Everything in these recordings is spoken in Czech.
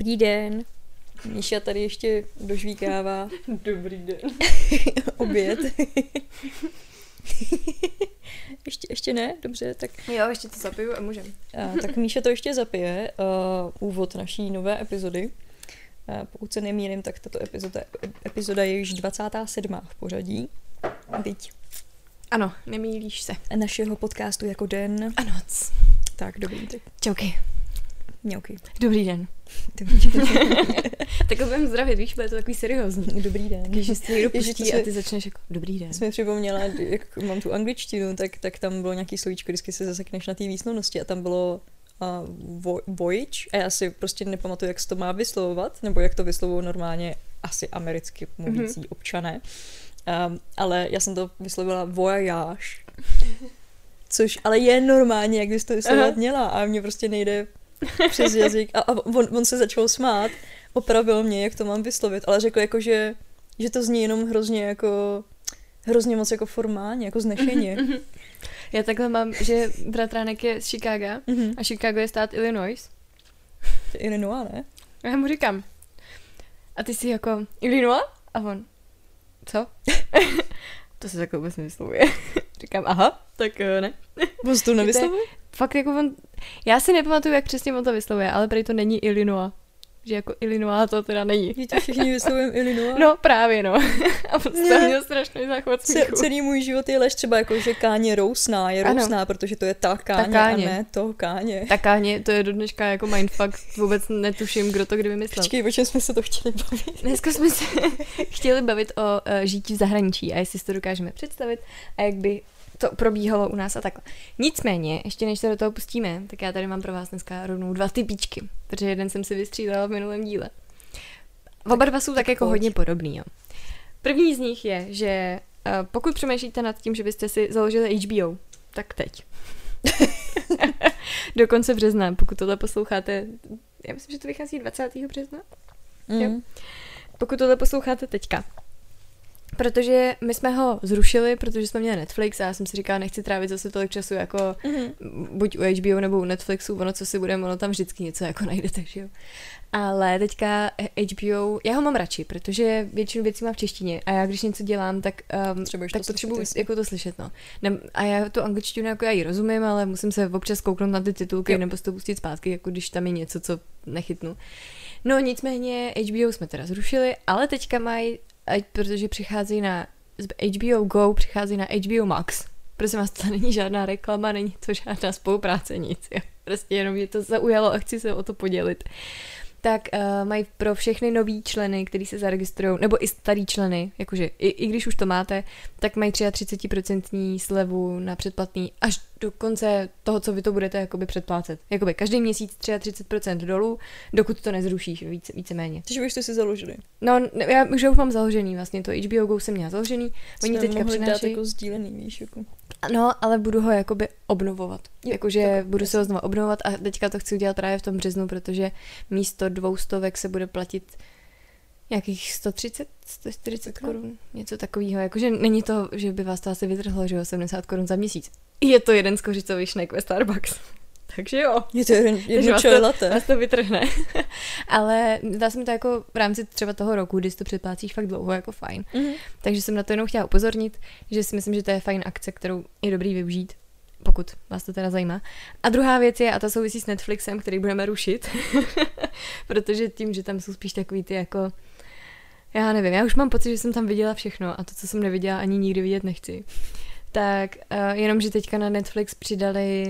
Dobrý den. Míša tady ještě dožvíkává. Dobrý den. Oběd. ještě ne? Dobře, tak... Jo, ještě to zapiju a můžem. Tak Míša to ještě zapije. Úvod naší nové epizody. Pokud se nemýlím, tak tato epizoda je již 27. v pořadí. Viď. Ano, nemýlíš se. Našeho podcastu jako den. A noc. Tak, dobrý. Tak. Čauky. Mňauky. Dobrý den. Dobrý den. Tak budeme zdravit, víš, bude to takový seriózní. Dobrý den. Když se někdo pustí a ty začneš jako dobrý den. Jsme připomněla, jak mám tu angličtinu, tak tam bylo nějaký slovíčko, vždycky se zasekneš na té výslovnosti a tam bylo voyage a já si prostě nepamatuju, jak se to má vyslovovat, nebo jak to vyslovují normálně asi americky mluvící občané. Ale já jsem to vyslovila voyage, což ale je normálně, jak bys to vyslovovat měla a mě prostě nejde přes jazyk. A on se začal smát, opravil mě, jak to mám vyslovit, ale řekl jako, že to zní jenom hrozně moc jako formálně, jako znešeně. Já takhle mám, že bratránek je z Chicaga a Chicago je stát Illinois. Illinois, ne? Já mu říkám. A ty si jako Illinois? A on, co? To se takhle vůbec nevyslovuje. Říkám, aha, tak ne. On to nevyslovuje? Fakt jako on, já si nepamatuju, jak přesně on to vyslovuje, ale prý to není Illinois. Že jako Illinois to teda není. Je to všichni vyslovujeme Illinois? No právě no. A prostě měl strašný záchvat smíchu. Celý můj život je lež třeba jako, že káně rousná, protože to je ta káně a ne to káně. Ta káně, to je do dneška jako mindfuck, vůbec netuším, kdo to kdy vymyslel. Počkej, o čem jsme se to chtěli bavit? Dneska jsme se chtěli bavit o žití v zahraničí a jestli si to dokážeme představit a jak by to probíhalo u nás a takhle. Nicméně, ještě než se do toho pustíme, tak já tady mám pro vás dneska rovnou 2 typíčky, protože jeden jsem si vystřídala v minulém díle. Oba dva jsou tak jako hodně podobný. Jo. První z nich je, že pokud přemýšlíte nad tím, že byste si založili HBO, tak teď. Do konce března, pokud tohle posloucháte, já myslím, že to vychází 20. března. Jo. Pokud tohle posloucháte teďka, protože my jsme ho zrušili, protože jsme měli Netflix a já jsem si říkala, nechci trávit zase tolik času jako buď u HBO nebo u Netflixu, ono co si budeme, ono tam vždycky něco jako najdete, že jo. Ale teďka HBO, já ho mám radši, protože většinu věcí mám v češtině a já když něco dělám, tak potřebuji jako to slyšet, no. A já tu angličtinu jako já ji rozumím, ale musím se občas kouknout na ty titulky nebo si to pustit zpátky, jako když tam je něco, co nechytnu. No nicméně HBO jsme teda zrušili, ale teďka mají, protože přicházejí na HBO Go, přichází na HBO Max. Prosím vás, to není žádná reklama, není to žádná spolupráce, nic. Jo. Prostě jenom mě to zaujalo a chci se o to podělit. Tak mají pro všechny nový členy, kteří se zaregistrují, nebo i starý členy, jakože i když už to máte, tak mají 33% slevu na předplatný až do konce toho, co vy to budete jakoby předplácet. Jakoby každý měsíc 33% dolů, dokud to nezrušíš víceméně. Takže už jste si založili. No, já už mám založený vlastně, to HBO Go jsem měla založený. Oni teďka přinášejí jako sdílený, víš, jako. No, ale budu ho jakoby obnovovat. Jakože budu se ho znovu obnovovat a teďka to chci udělat právě v tom březnu, protože místo 200 se bude platit nějakých 140 korun, něco takového. Jakože není to, že by vás to asi vytrhlo, že jo, 70 korun za měsíc. Je to jeden skořicový šnek ve Starbucks. Takže jo. Je to jedno čaj latte. Vás to vytrhne. Ale dá se mi to jako v rámci třeba toho roku, kdy si to předplácíš fakt dlouho, jako fajn. Takže jsem na to jenom chtěla upozornit, že si myslím, že to je fajn akce, kterou je dobrý využít, pokud vás to teda zajímá. A druhá věc je, a ta souvisí s Netflixem, který budeme rušit, protože tím, že tam jsou spíš takový ty jako, já nevím, já už mám pocit, že jsem tam viděla všechno a to, co jsem neviděla, ani nikdy vidět nechci. Tak jenom, že teďka na Netflix přidali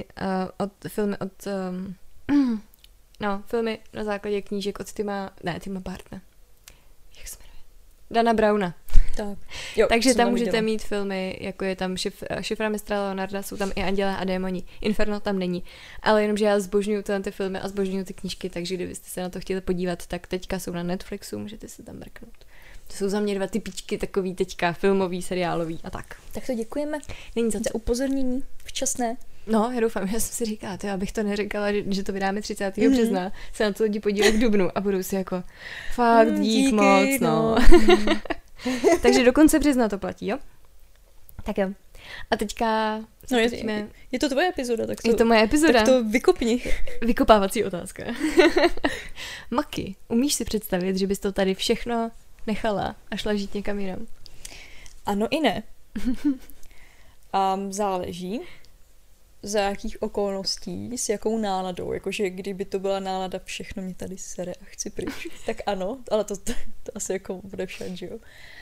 filmy na základě knížek od Tima Bartna. Jak se jmenuje? Dana Browna. Tak. Jo, takže tam můžete mít filmy, jako je tam Šifra mistra Leonarda, jsou tam i Andělé a démoni. Inferno tam není. Ale jenom, že já zbožňuju ty filmy a zbožňuju ty knížky, takže kdybyste se na to chtěli podívat, tak teďka jsou na Netflixu, můžete se tam mrknout. To jsou za mě 2 typičky takový teďka filmový, seriálový a tak. Tak to děkujeme. Není za upozornění včasné. No, já doufám, já jsem si říkala, abych to neříkala, že to vydáme 30. března, se na to lidi podívají v dubnu a budou si jako fakt díky moc, no. Takže do konce března to platí, jo? Tak jo. A teďka No je to tvoje epizoda, tak je to moje epizoda. Tak to vykopni. Vykopávací otázka. Maki, umíš si představit, že bys to tady všechno nechala a šla žít někam jinam? Ano i ne. A záleží, za jakých okolností, s jakou náladou. Jakože kdyby to byla nálada všechno mě tady sere a chci pryč, tak ano, ale to asi jako bude však, že jo.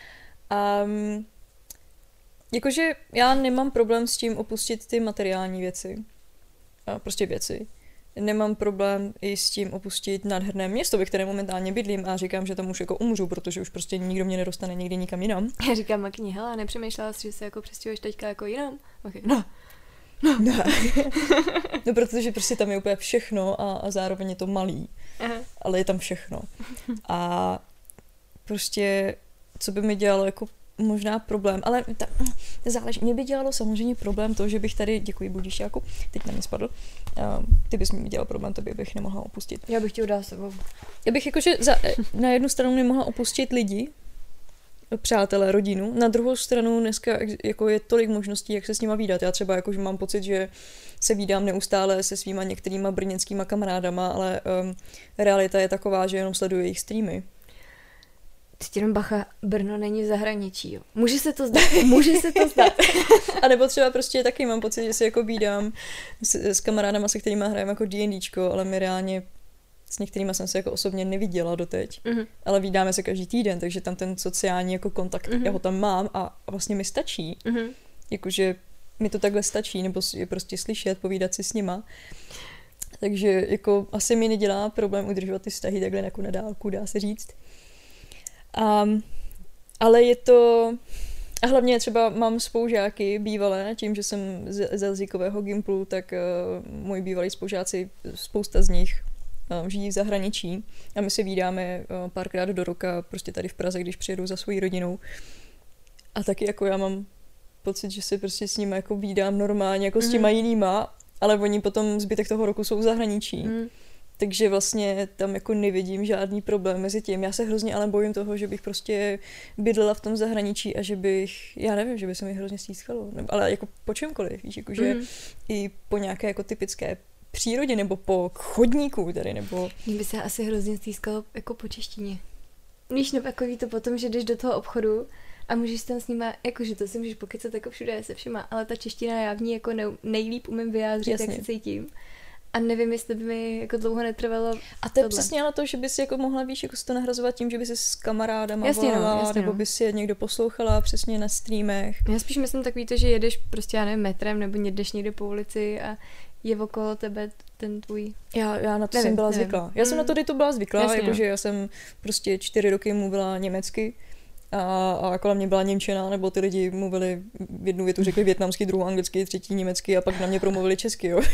Jakože já nemám problém s tím opustit ty materiální věci. Prostě věci. Nemám problém i s tím opustit nádherné město, ve kterém momentálně bydlím a říkám, že tam už jako umřu, protože už prostě nikdo mě nedostane nikdy nikam jinam. Já říkám Makyni, hele, nepřemýšlela jsi, že se jako přestěhuješ teďka jako jinam? Okay. No, protože prostě tam je úplně všechno a zároveň je to malý. Aha. Ale je tam všechno. A prostě, co by mi dělalo jako možná problém, ale záleží. Mě by dělalo samozřejmě problém to, že bych tady, děkuji Budišťáku, teď na mě spadl, ty bys mi dělal problém, to bych nemohla opustit. Já bych tě udala sebou. Já bych jakože na jednu stranu nemohla opustit lidi, přátelé, rodinu, na druhou stranu dneska jako je tolik možností, jak se s nima vídat. Já třeba jakože mám pocit, že se vídám neustále se svýma některýma brněnskýma kamarádama, ale realita je taková, že jenom sleduju jejich streamy. Teď jenom bacha, Brno není v zahraničí, jo. Může se to zdát. A nebo třeba prostě taky mám pocit, že se jako vídám s kamarádama, se kterýma hrajeme jako D&Dčko, ale my reálně s některýma jsem se jako osobně neviděla doteď, ale vídáme se každý týden, takže tam ten sociální jako kontakt, já ho tam mám a vlastně mi stačí. Jakože mi to takhle stačí, nebo je prostě slyšet, povídat si s nima. Takže jako asi mi nedělá problém udržovat ty vztahy takhle jako na dálku, dá se říct. Ale je to... A hlavně třeba mám spolužáky bývalé, tím, že jsem z jazykového Gimplu, tak moji bývalí spolužáci, spousta z nich žijí v zahraničí a my se vídáme párkrát do roka prostě tady v Praze, když přijedou za svojí rodinou. A taky jako já mám pocit, že se prostě s nimi jako vídám normálně, jako s těma jinýma, ale oni potom zbytek toho roku jsou v zahraničí. Takže vlastně tam jako nevidím žádný problém mezi tím. Já se hrozně ale bojím toho, že bych prostě bydlela v tom zahraničí a že bych, já nevím, že by se mi hrozně stýskalo. Ale jako po čemkoliv, víš, jakože i po nějaké jako typické přírodě nebo po chodníku tady, nebo... Mně by se asi hrozně stýskalo jako po češtině. Víš, no takový to potom, že jdeš do toho obchodu a můžeš tam s nima, jakože to si můžeš pokecat jako všude se všema, ale ta čeština já v ní jako nejlíp umím vyjádřit, jak se cítím. A nevím, jestli by mi jako dlouho netrvalo. A to je přesně ale to, že bys jako mohla, víš, jako si to nahrazovat tím, že by si s kamarádama volala, nebo by si je někdo poslouchala přesně na streamech. Já spíš myslím takový to, že jedeš prostě, já nevím, metrem, nebo jdeš někde po ulici a je okolo tebe ten tvůj... Já na to jsem byla zvyklá. Já jsem na to byla zvyklá, jakože já jsem prostě 4 roky mluvila německy a kolem mě byla němčina, nebo ty lidi mluvili v jednu větu, řekli vietnamsky, druhou anglicky, třetí německy a pak na mě promluvili česky, jo.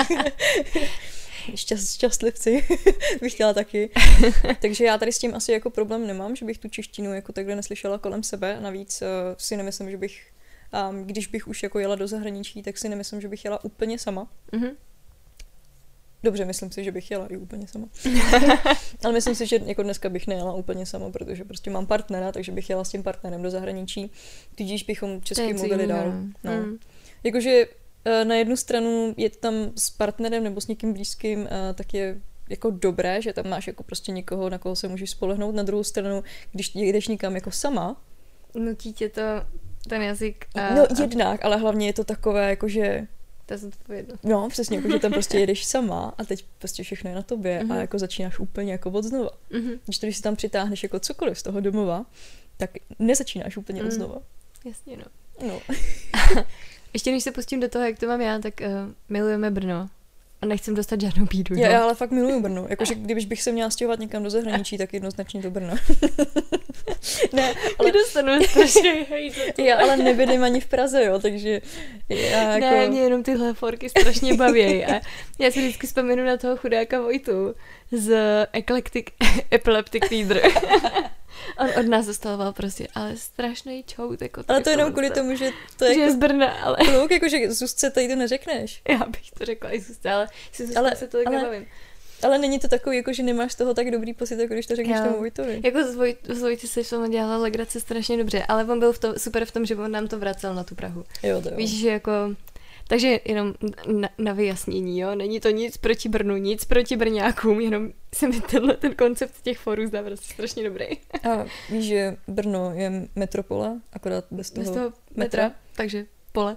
Šťastlivci bych chtěla taky. Takže já tady s tím asi jako problém nemám, že bych tu češtinu jako takhle neslyšela kolem sebe. Navíc si nemyslím, že bych, když bych už jako jela do zahraničí, tak si nemyslím, že bych jela úplně sama. Dobře, myslím si, že bych jela i úplně sama. Ale myslím si, že jako dneska bych nejela úplně sama, protože prostě mám partnera, takže bych jela s tím partnerem do zahraničí. Tudíž bychom česky mluvili dál. No. Jakože na jednu stranu je tam s partnerem nebo s někým blízkým, tak je jako dobré, že tam máš jako prostě někoho, na koho se můžeš spolehnout. Na druhou stranu, když jdeš někam jako sama, nutí tě to ten jazyk. No jednak, ale hlavně je to takové jakože to je zodpovědnost. No, přesně, jako, že tam prostě jedeš sama a teď prostě všechno je na tobě a jako začínáš úplně jako od znova. Když si tam přitáhneš jako cokoliv z toho domova, tak nezačínáš úplně od znova. Jasně, no. No. Ještě než se pustím do toho, jak to mám já, tak milujeme Brno. A nechcem dostat žádnou bídu. Já ale fakt miluju Brno. Jakože když bych se měla stěhovat někam do zahraničí, tak jednoznačně do Brna. Ne, ale... Dostanu strašně hejt. Já ale nebydlím ani v Praze, jo, takže já jako... Ne, mě jenom tyhle forky strašně baví. A já si vždycky vzpomenu na toho chudáka Vojtu z Epileptic Leader. On od nás dostaloval prostě, ale strašný čout. Jako ale to jenom kvůli tomu, že to je jako, z Brna, ale... Kluk, jakože Zuzce tady to neřekneš. Já bych to řekla i Zuzce, ale si Zuzce se tolik nebavím. Ale není to takový, jako že nemáš z toho tak dobrý pocit, jako když to řekneš tomu Vojtovi. Jako z Vojty se v dělala legrace strašně dobře, ale on byl super v tom, že on nám to vracel na tu Prahu. Jo, to jo. Víš, že jako... Takže jenom na vyjasnění, jo, není to nic proti Brnu, nic proti Brňákům, jenom se mi ten koncept těch forů zdá prostě strašně dobrý. A víš, že Brno je metropole, akorát bez toho metra. Takže pole.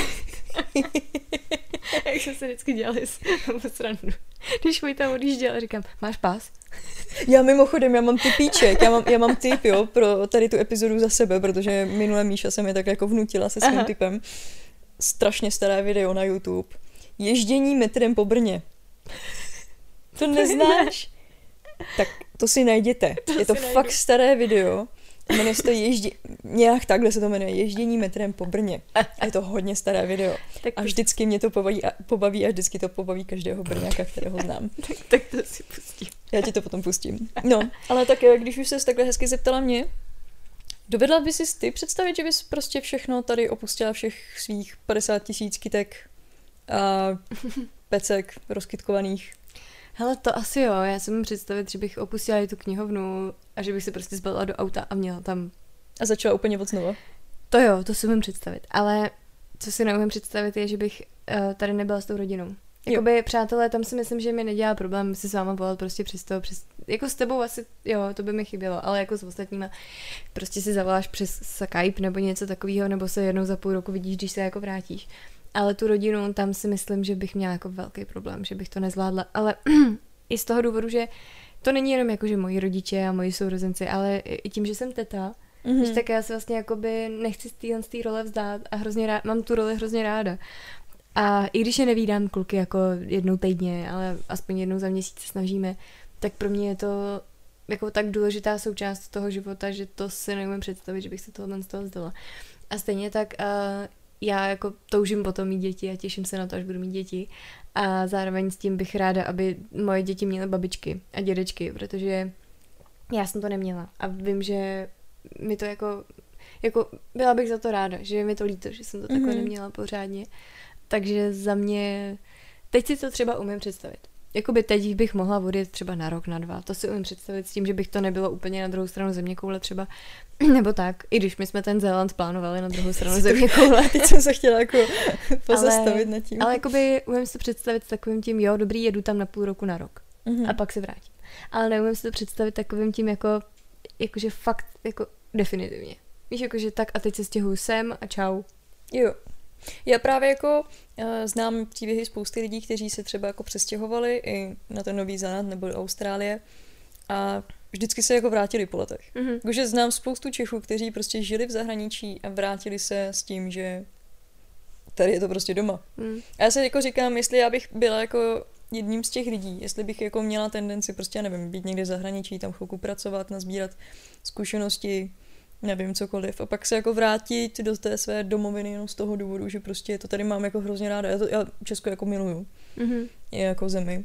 Jak jsme se vždycky dělali s srandu. Když Vojta odjížděla, říkám, máš pás? Já mimochodem, já mám typíček, já mám tip, jo, pro tady tu epizodu za sebe, protože minule Míša se mi tak jako vnutila se svým typem. Strašně staré video na YouTube. Ježdění metrem po Brně. To neznáš? Tak to si najděte. Je to fakt staré video. Jmenuje se to nějak takhle se to jmenuje. Ježdění metrem po Brně. A je to hodně staré video. A vždycky mě to pobaví a vždycky to pobaví každého Brňáka, kterého znám. Tak to si pustím. Já ti to potom pustím. No, ale tak když už ses takhle hezky zeptala mě, dovedla by si ty představit, že bys prostě všechno tady opustila, všech svých 50 000 kytek a pecek rozkytkovaných? Hele, to asi jo. Já si můžu představit, že bych opustila i tu knihovnu a že bych se prostě zbalila do auta a měla tam... A začala úplně od znova? To jo, to si můžu představit. Ale co si neumím představit je, že bych tady nebyla s tou rodinou. Jakoby, přátelé, tam si myslím, že mi nedělá problém si s váma volat prostě jako s tebou asi, jo, to by mi chybělo, ale jako s ostatníma prostě si zavoláš přes Skype nebo něco takového, nebo se jednou za půl roku vidíš, když se jako vrátíš. Ale tu rodinu, tam si myslím, že bych měla jako velký problém, že bych to nezvládla, ale i z toho důvodu, že to není jenom jako, že moji rodiče a moji sourozenci, ale i tím, že jsem teta, že tak já se vlastně jakoby nechci z té role vzdát a mám tu roli hrozně ráda. A i když je nevídám kluky jako jednou týdně, ale aspoň jednou za měsíc se snažíme, tak pro mě je to jako tak důležitá součást toho života, že to si neumím představit, že bych se tohle z toho vzdala. A stejně tak já jako toužím potom mít děti a těším se na to, až budu mít děti. A zároveň s tím bych ráda, aby moje děti měly babičky a dědečky, protože já jsem to neměla. A vím, že mi to jako byla bych za to ráda, že mi to líto, že jsem to takhle neměla pořádně. Takže za mě, teď si to třeba umím představit. Jakoby teď bych mohla odjet třeba na rok, na 2. To si umím představit s tím, že bych to nebylo úplně na druhou stranu zeměkoule třeba, nebo tak. I když my jsme ten Zéland plánovali na druhou stranu zeměkoule. Teď jsem se chtěla jako pozastavit nad tím. Ale jakoby umím si to představit takovým tím, jo, dobrý, jedu tam na půl roku, na rok. A pak se vrátím. Ale neumím si to představit takovým tím jakože fakt jako definitivně. Víš, jakože tak a teď se stěhuju sem a čau. Jo. Já právě jako znám příběhy spousty lidí, kteří se třeba jako přestěhovali i na ten Nový Zéland nebo do Austrálie a vždycky se jako vrátili po letech. Takže znám spoustu Čechů, kteří prostě žili v zahraničí a vrátili se s tím, že tady je to prostě doma. A já se jako říkám, jestli já bych byla jako jedním z těch lidí, jestli bych jako měla tendenci prostě, já nevím, být někde v zahraničí, tam chvilku pracovat, nazbírat zkušenosti, nevím, cokoliv. A pak se jako vrátit do té své domoviny jenom z toho důvodu, že prostě to tady mám jako hrozně ráda. Já Česko jako miluju. Je jako zemi.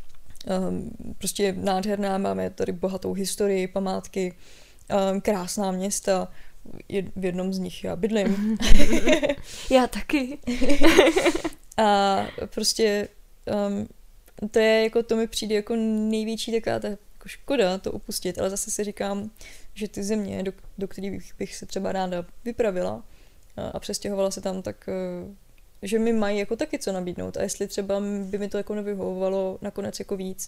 Prostě nádherná, máme tady bohatou historii, památky, krásná města. V jednom z nich já bydlím. Já taky. A prostě to je jako, to mi přijde jako největší taková ta jako škoda to opustit, ale zase si říkám, že ty země, do kterých bych se třeba ráda vypravila a přestěhovala se tam, tak že mi mají jako taky co nabídnout a jestli třeba by mi to jako nevyhovovalo nakonec jako víc.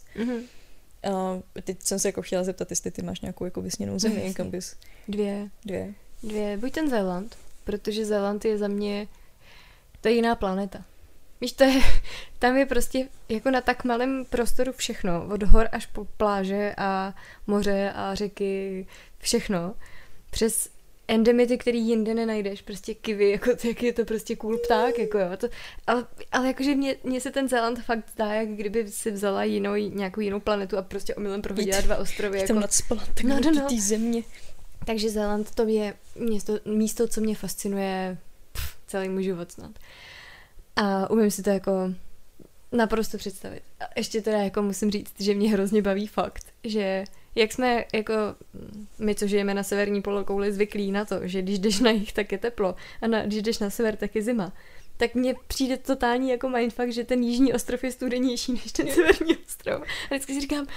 A teď jsem se jako chtěla zeptat, jestli ty máš nějakou jako vysněnou zemi, kam bys... Dvě. Buď ten Zéland, protože Zéland je za mě, to je jiná planeta. Víš, tam je prostě jako na tak malém prostoru všechno, od hor až po pláže a moře a řeky, všechno. Přes endemity, který jinde nenajdeš, prostě kivy, jako jak je to prostě cool pták, jako jo. Ale jakože mně se ten Zéland fakt zdá, jak kdyby si vzala nějakou jinou planetu a prostě omylem prohodila 2 ostrovy. Jako... Tam nadspala do té země. Takže Zéland to je místo, co mě fascinuje celý můj život snad. A umím si to jako naprosto představit. A ještě teda jako musím říct, že mě hrozně baví fakt, že jak jsme jako my, co žijeme na severní polokouli, zvyklí na to, že když jdeš na jih, tak je teplo a když jdeš na sever, tak je zima. tak mně přijde totální jako mindfuck, že ten jižní ostrov je studenější než ten severní ostrov. A vždycky si říkám,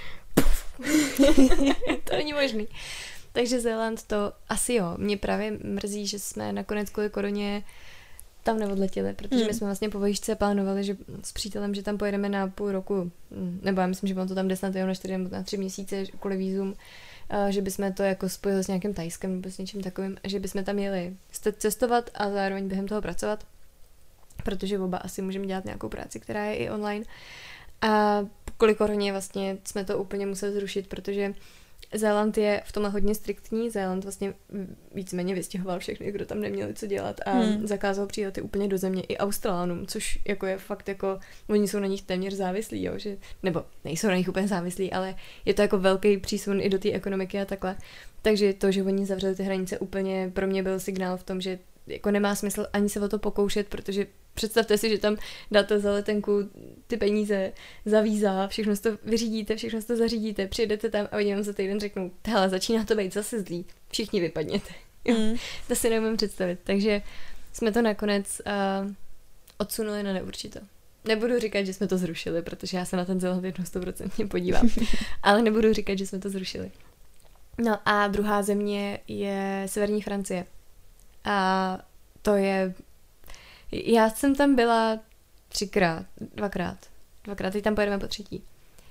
to není možný. Takže Zéland to asi jo. Mě právě mrzí, že jsme nakonec kvůli koroně tam neodletěli, protože my jsme vlastně po výšce plánovali, že s přítelem, že tam pojedeme na půl roku, nebo já myslím, že on to tam jde snad jenom na 4 nebo na 3 měsíce kvůli vízum, že bychom to jako spojili s nějakým Thajskem nebo s něčím takovým, že bychom tam jeli cestovat a zároveň během toho pracovat, protože oba asi můžeme dělat nějakou práci, která je i online. A kvůli koroně vlastně jsme to úplně museli zrušit, protože Zéland je v tomhle hodně striktní. Zéland vlastně víceméně vystěhoval všechny, kdo tam neměli co dělat a zakázal přílety úplně do země i Australánům, což jako je fakt jako, oni jsou na nich téměř závislí, jo, že, nebo nejsou na nich úplně závislí, ale je to jako velký přísun i do té ekonomiky a takhle. Takže to, že oni zavřeli ty hranice, úplně pro mě byl signál v tom, že jako nemá smysl ani se o to pokoušet, protože představte si, že tam dáte za letenku ty peníze, za víza, všechno to vyřídíte, všechno to zařídíte, přijedete tam a oni vám za týden řeknou, hele, začíná to být zase zlý, všichni vypadněte. To si neumím představit. Takže jsme to nakonec odsunuli na neurčito. Nebudu říkat, že jsme to zrušili, protože já se na ten Zéland 100% podívám, ale nebudu říkat, že jsme to zrušili. No a druhá země je severní Francie. A to je... Já jsem tam byla dvakrát, teď tam pojedeme po třetí.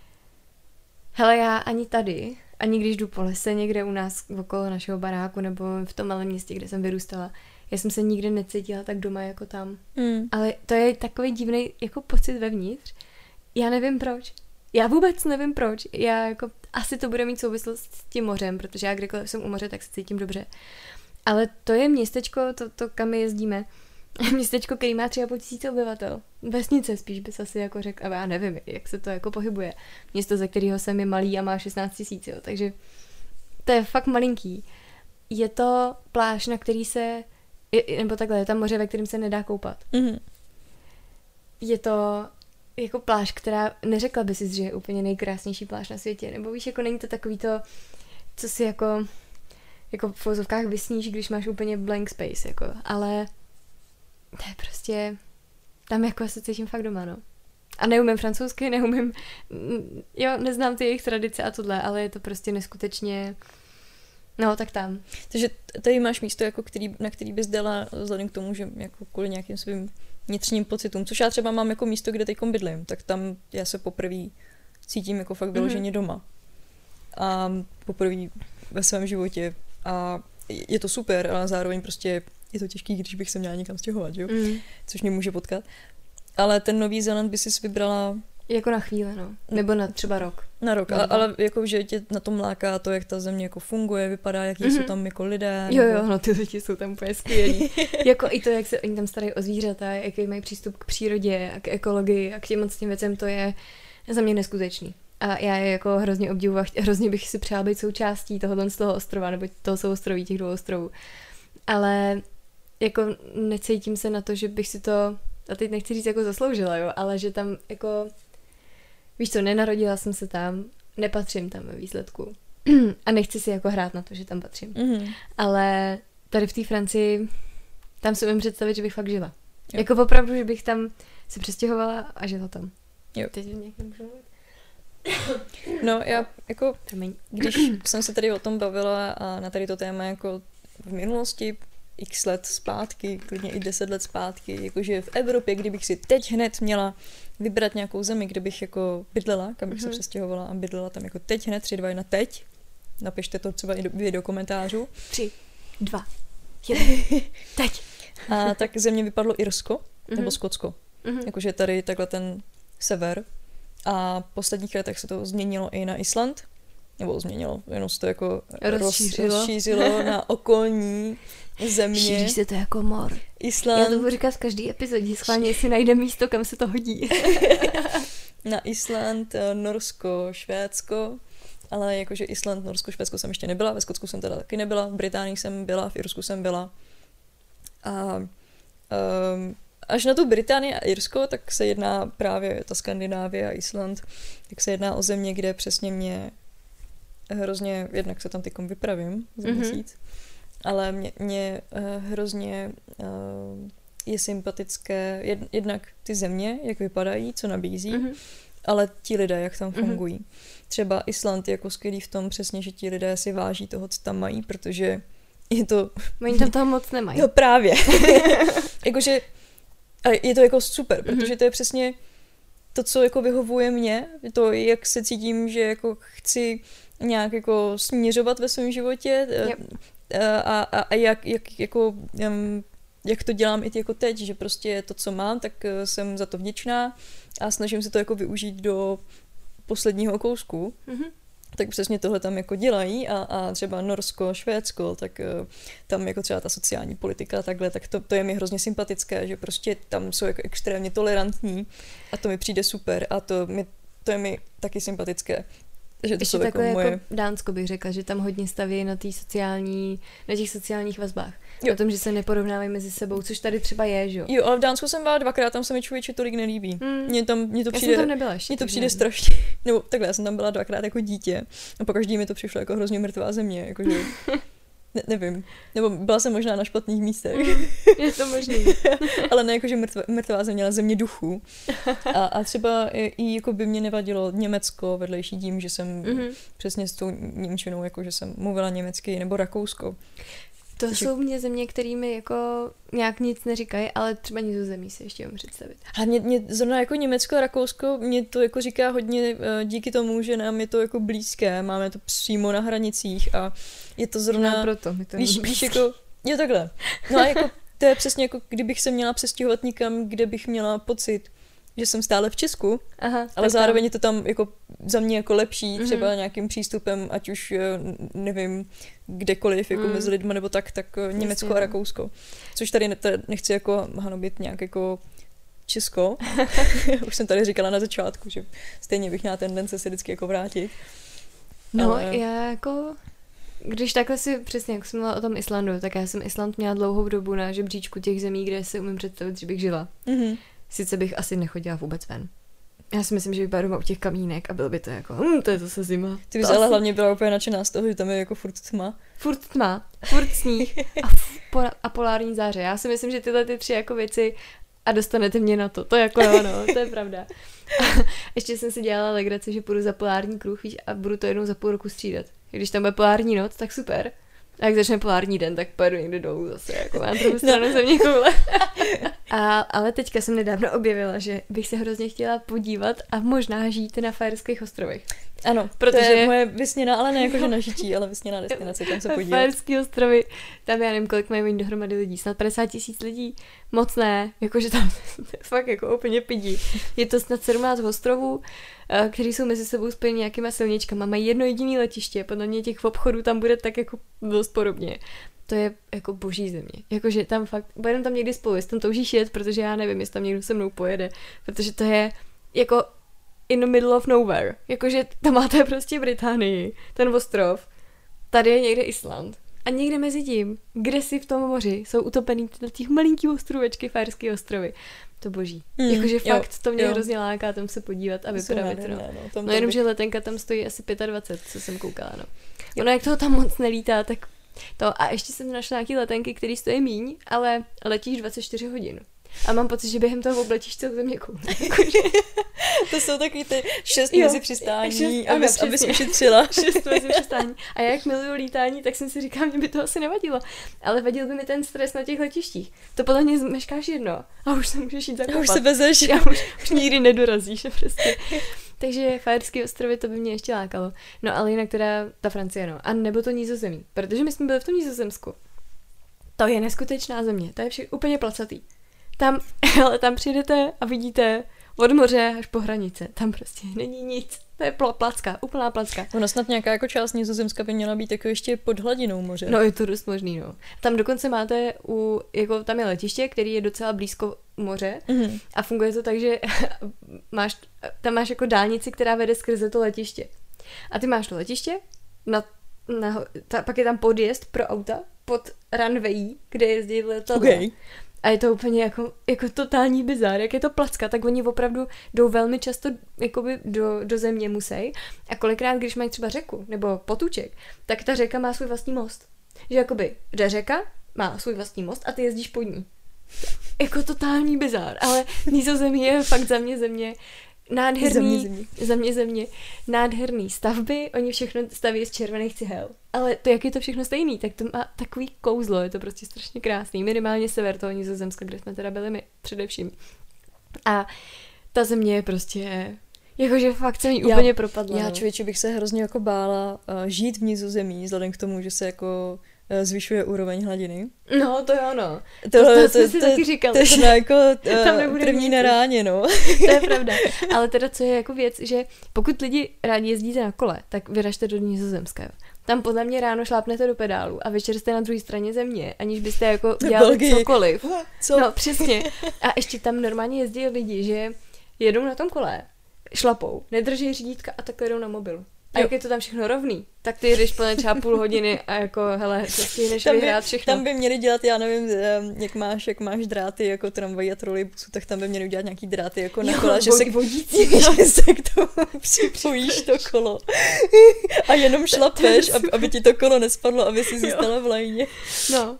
Hele, já ani tady, ani když jdu po lese někde u nás okolo našeho baráku nebo v tom malém městě, kde jsem vyrůstala, já jsem se nikdy necítila tak doma jako tam. Ale to je takový divný jako pocit vevnitř. Já nevím proč. Já vůbec nevím proč. Já jako asi to bude mít souvislost s tím mořem, protože já kdykoliv jsem u moře, tak se cítím dobře. Ale to je městečko, to kam my jezdíme, městečko, který má 3,5 000 obyvatel. Vesnice spíš bys asi jako řekl, ale já nevím, jak se to jako pohybuje. Město, ze kterého jsem je malý a má 16 000, jo, takže to je fakt malinký. Je to pláž, na který se, nebo takhle, je tam moře, ve kterém se nedá koupat. Je to jako pláž, která, neřekla by si, že je úplně nejkrásnější pláž na světě, nebo víš, jako není to takový to, co si jako v fouzovkách vysníš, když máš úplně blank space, jako, ale to je prostě, tam jako se cítím fakt doma, no. A neumím francouzsky, neznám ty jejich tradice a tohle, ale je to prostě neskutečně, no, tak tam. Takže tady máš místo, jako na který bys dala vzhledem k tomu, že jako kvůli nějakým svým vnitřním pocitům, což já třeba mám jako místo, kde teďkom bydlím, tak tam já se poprvé cítím jako fakt vyloženě doma. A poprvé ve svém životě. A je to super, ale zároveň prostě je to těžký, když bych se měla někam stěhovat, jo? Což mě může potkat. Ale ten Nový Zéland by si vybrala... Jako na chvíli, no. Nebo na třeba rok. Na rok, ale jako, že tě na tom láká to, jak ta země jako funguje, vypadá, jaký jsou tam jako lidé. Jo, no ty lidi jsou tam úplně skvělí. Jako i to, jak se oni tam starají o zvířata, jaký mají přístup k přírodě a k ekologii a k těm věcem, to je za mě neskutečný. A já je jako hrozně obdivuji a hrozně bych si přála být součástí tohohle z toho ostrova, nebo toho souostroví, těch 2 ostrovů. Ale jako necítím se na to, že bych si to, a teď nechci říct jako zasloužila, jo, ale že tam jako, víš co, nenarodila jsem se tam, nepatřím tam ve výsledku. A nechci si jako hrát na to, že tam patřím. Ale tady v té Francii, tam si umím představit, že bych fakt žila. Jo. Jako opravdu, že bych tam se přestěhovala a žila tam. Jo. Teď někde můžu mluvit? No, já jako, když jsem se tady o tom bavila a na tady to téma jako v minulosti, x let zpátky, klidně i 10 let zpátky, jakože v Evropě, kdybych si teď hned měla vybrat nějakou zemi, kde bych jako bydlela, kam bych se přestěhovala a bydlela tam jako teď hned, 3, 2, 1, teď. Napište to třeba i do komentářů. 3, 2, 1, teď. A tak ze mě vypadlo Irsko nebo Skotsko. Jakože tady takhle ten sever. A v posledních letech se to změnilo i na Island. Nebo změnilo, jenom se to jako rozšířilo na okolní země. Šíří se to jako mor. Island. Já to budu říkat v každý epizodě, schválně, jestli najde místo, kam se to hodí. Na Island, Norsko, Švédsko, ale jakože Island, Norsko, Švédsko jsem ještě nebyla, ve Skotsku jsem teda taky nebyla, v Británii jsem byla, v Irsku jsem byla. A až na tu Británii a Irsko, tak se jedná právě ta Skandinávie a Island, tak se jedná o země, kde přesně mě hrozně, jednak se tam tykom vypravím za měsíc, ale mě hrozně je sympatické jednak ty země, jak vypadají, co nabízí, ale ti lidé, jak tam fungují. Třeba Island je jako skvělý v tom přesně, že ti lidé si váží toho, co tam mají, protože je to... Oni tam toho moc nemají. No právě. Jakože a je to jako super, protože to je přesně to, co jako vyhovuje mně, to, jak se cítím, že jako chci nějak jako směřovat ve svém životě a jak to dělám i jako teď, že prostě to, co mám, tak jsem za to vděčná a snažím se to jako využít do posledního kousku. Tak přesně tohle tam jako dělají a třeba Norsko, Švédsko, tak tam jako třeba ta sociální politika a takhle, tak to je mi hrozně sympatické, že prostě tam jsou jako extrémně tolerantní a to mi přijde super a to je mi taky sympatické. Že to ještě jsou takhle jako moje... jako Dánsko bych řekla, že tam hodně staví na těch sociálních vazbách. O tom, že se neporovnávají mezi sebou, což tady třeba je, že jo? Jo, ale v Dánsku jsem byla 2krát, tam se mi člověče tolik nelíbí. Mně to přijde, já jsem tam nebyla ještě. Mně to přijde strašně, nebo takhle, já jsem tam byla 2krát jako dítě a pokaždý mi to přišlo jako hrozně mrtvá země, jakože... nevím. Nebo byla jsem možná na špatných místech. Je to možný. Ale ne jako, že mrtvá země, ale země duchů. A třeba i jako by mě nevadilo Německo vedlejší tím, že jsem přesně s tou němčinou, jako že jsem mluvila německy, nebo Rakousko. To jsou mě země, kterými jako nějak nic neříkají, ale třeba Nizozemí si ještě mám představit. A mě zrovna jako Německo a Rakousko, mě to jako říká hodně díky tomu, že nám je to jako blízké, máme to přímo na hranicích a je to zrovna... No, proto mi to víš, jako... Jo, takhle. No a jako to je přesně jako, kdybych se měla přestěhovat někam, kde bych měla pocit, že jsem stále v Česku, ale zároveň je to tam jako za mě jako lepší, třeba nějakým přístupem, ať už nevím, kdekoliv, jako mezi lidmi nebo tak Německo a Rakousko. Což tady nechci jako hanobit nějak jako Česko. Už jsem tady říkala na začátku, že stejně bych měla tendence se vždycky jako vrátit. No, já jako... Když takhle si přesně, jak jsem mluvila o tom Islandu, tak já jsem Island měla dlouhou dobu na žebříčku těch zemí, kde si umím představit, že bych žila. Sice bych asi nechodila vůbec ven. Já si myslím, že bych byla doma u těch kamínek a bylo by to jako, to je zase zima. Ty bys ale hlavně byla úplně nadšená z toho, že tam je jako furt tma. Furt sníh a polární záře. Já si myslím, že tyhle ty 3 jako věci a dostanete mě na to. To jako jo, no, to je pravda. A ještě jsem si dělala legraci, že půjdu za polární kruh, víš, a budu to jednou za půl roku střídat. Když tam bude polární noc, tak super. A jak začne polární den, tak pojedu někde dolů zase, jako na druhou stranu země koule. Ale teďka jsem nedávno objevila, že bych se hrozně chtěla podívat a možná žít na Faerských ostrovech. Ano, protože to je moje vysněná, ale ne jakože na žití, ale vysněná destinace, tam se podívat. Faerský ostrovy, tam já nevím, kolik mají oni dohromady lidí, snad 50 000 lidí, moc ne, jakože tam fakt jako úplně pidí. Je to snad 17 ostrovů, kteří jsou mezi sebou spojeni nějakýma silničkama, mají jedno jediné letiště, podle mě těch obchodů tam bude tak jako dost podobně. To je jako boží země. Jakože tam fakt, budeme tam někdy spolu, jestli tam toužíš jet, protože já nevím, jestli tam někdo se mnou pojede, protože to je jako in the middle of nowhere. Jakože tam máte prostě Británii, ten ostrov, tady je někde Island. A někde mezi tím, kde si v tom moři jsou utopený těch malinký ostrovečky, Faerský ostrovy. To boží. Jakože fakt to mě hrozně láká tam se podívat a vypravit. No jenomže letenka tam stojí asi 25, co jsem koukala. No. Ono jak toho tam moc nelítá, tak to. A ještě jsem našla nějaký letenky, které stojí míň, ale letíš 24 hodin. A mám pocit, že během toho obletíš celou země kouli. To jsou takový ty 6 mezi přistání, abys ušetřila. 6 mezi přistání. A jak miluju lítání, tak jsem si říkala, mě by to asi nevadilo. Ale vadil by mi ten stres na těch letištích. To podle mě zmeškáš jedno a už se můžeš jít zakopat. A už se vezeš. A už nikdy nedorazíš. Prostě. Takže Faerské ostrovy, to by mě ještě lákalo. No ale jinak teda ta Francie, no. A nebo to Nizozemí. Protože my jsme byli v tom Nizozemsku. To je neskutečná země. To je úplně placatý. Tam přijdete a vidíte od moře až po hranice. Tam prostě není nic. To je placka, úplná placka. Ono snad nějaká jako část Nizozemska by měla být jako ještě pod hladinou moře. No je to dost možný, no. Tam dokonce máte tam je letiště, který je docela blízko moře a funguje to tak, že tam máš jako dálnici, která vede skrze to letiště. A ty máš to letiště, pak je tam podjezd pro auta pod runway, kde jezdí letadla. Okay. A je to úplně jako totální bizár, jak je to placka, tak oni opravdu jdou velmi často jakoby do země musej. A kolikrát, když mají třeba řeku nebo potůček, tak ta řeka má svůj vlastní most. Že jakoby jde řeka, má svůj vlastní most a ty jezdíš pod ní. Jako totální bizár, ale Nizozemí je fakt za mě země nádherný, země, nádherný stavby, oni všechno staví z červených cihel. Ale to, jak je to všechno stejný, tak to má takový kouzlo, je to prostě strašně krásný. Minimálně sever toho Nizozemska, kde jsme teda byli my především. A ta země je prostě, jakože fakt se mi úplně propadla. Já člověče bych se hrozně jako bála žít v Nizozemí, vzhledem k tomu, že se jako zvyšuje úroveň hladiny. No, to jo, no. To jsme si taky říkali. To je jako první na ráně, no. To je pravda. Ale teda, co je jako věc, že pokud lidi rádi jezdíte na kole, tak vyražte do Nizozemska, jo. Tam podle mě ráno šlápnete do pedálu a večer jste na druhé straně země, aniž byste jako dělali cokoliv. Co? No, přesně. A ještě tam normálně jezdí lidi, že jedou na tom kole, šlapou, nedrží řídítka a takhle jedou na mobilu. A jak je to tam všechno rovný, tak ty jdeš plně třeba půl hodiny a jako, hele, to stihneš vyhrát všechno. Tam by měli dělat, já nevím, jak máš dráty jako tramvají a trolejbusu, tak tam by měli udělat nějaký dráty jako na kola, že se k tomu připojíš to kolo a jenom šlapeš, aby ti to kolo nespadlo, aby si zůstala v lajně. No.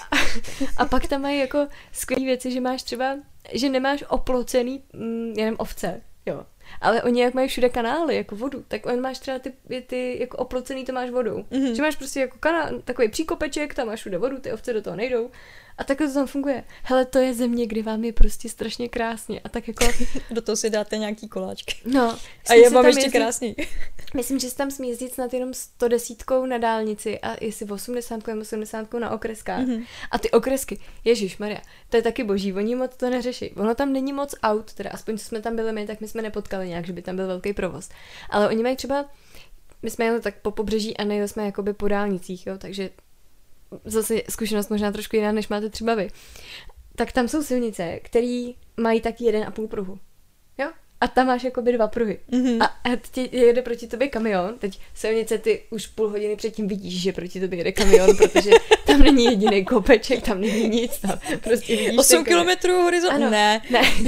A pak tam mají jako skvělé věci, že máš třeba, že nemáš oplocený jenom ovce, jo. Ale oni jak mají všude kanály, jako vodu, tak on máš třeba ty jako oplocený to máš vodou. Mm-hmm. Že máš prostě jako takový příkopeček, tam máš všude vodu, ty ovce do toho nejdou. A takhle to tam funguje. Hele, to je země, kde vám je prostě strašně krásně. A tak jako... Do toho si dáte nějaký koláčky. No. A je vám ještě krásný. Myslím, že se tam smí jezdit snad jenom 110 na dálnici a jestli 80 nebo 70 na okreskách. Mm-hmm. A ty okresky, ježišmarja, to je taky boží, oni moc to neřeší. Ono tam není moc aut, teda aspoň co jsme tam byli my, tak my jsme nepotkali nějak, že by tam byl velký provoz. Ale oni mají třeba, my jsme jeli tak po pobřeží a nejeli jsme jakoby po dálnicích, jo, takže zase zkušenost možná trošku jiná, než máte třeba vy. Tak tam jsou silnice, které mají taky 1,5 pruhu. Jo? A tam máš jakoby 2 pruhy. Mm-hmm. A teď jede proti tobě kamion, teď silnice ty už půl hodiny předtím vidíš, že proti tobě jede kamion, protože tam není jediný kopeček, tam není nic, tam prostě vidíš 8 kilometrů horizont? Ne.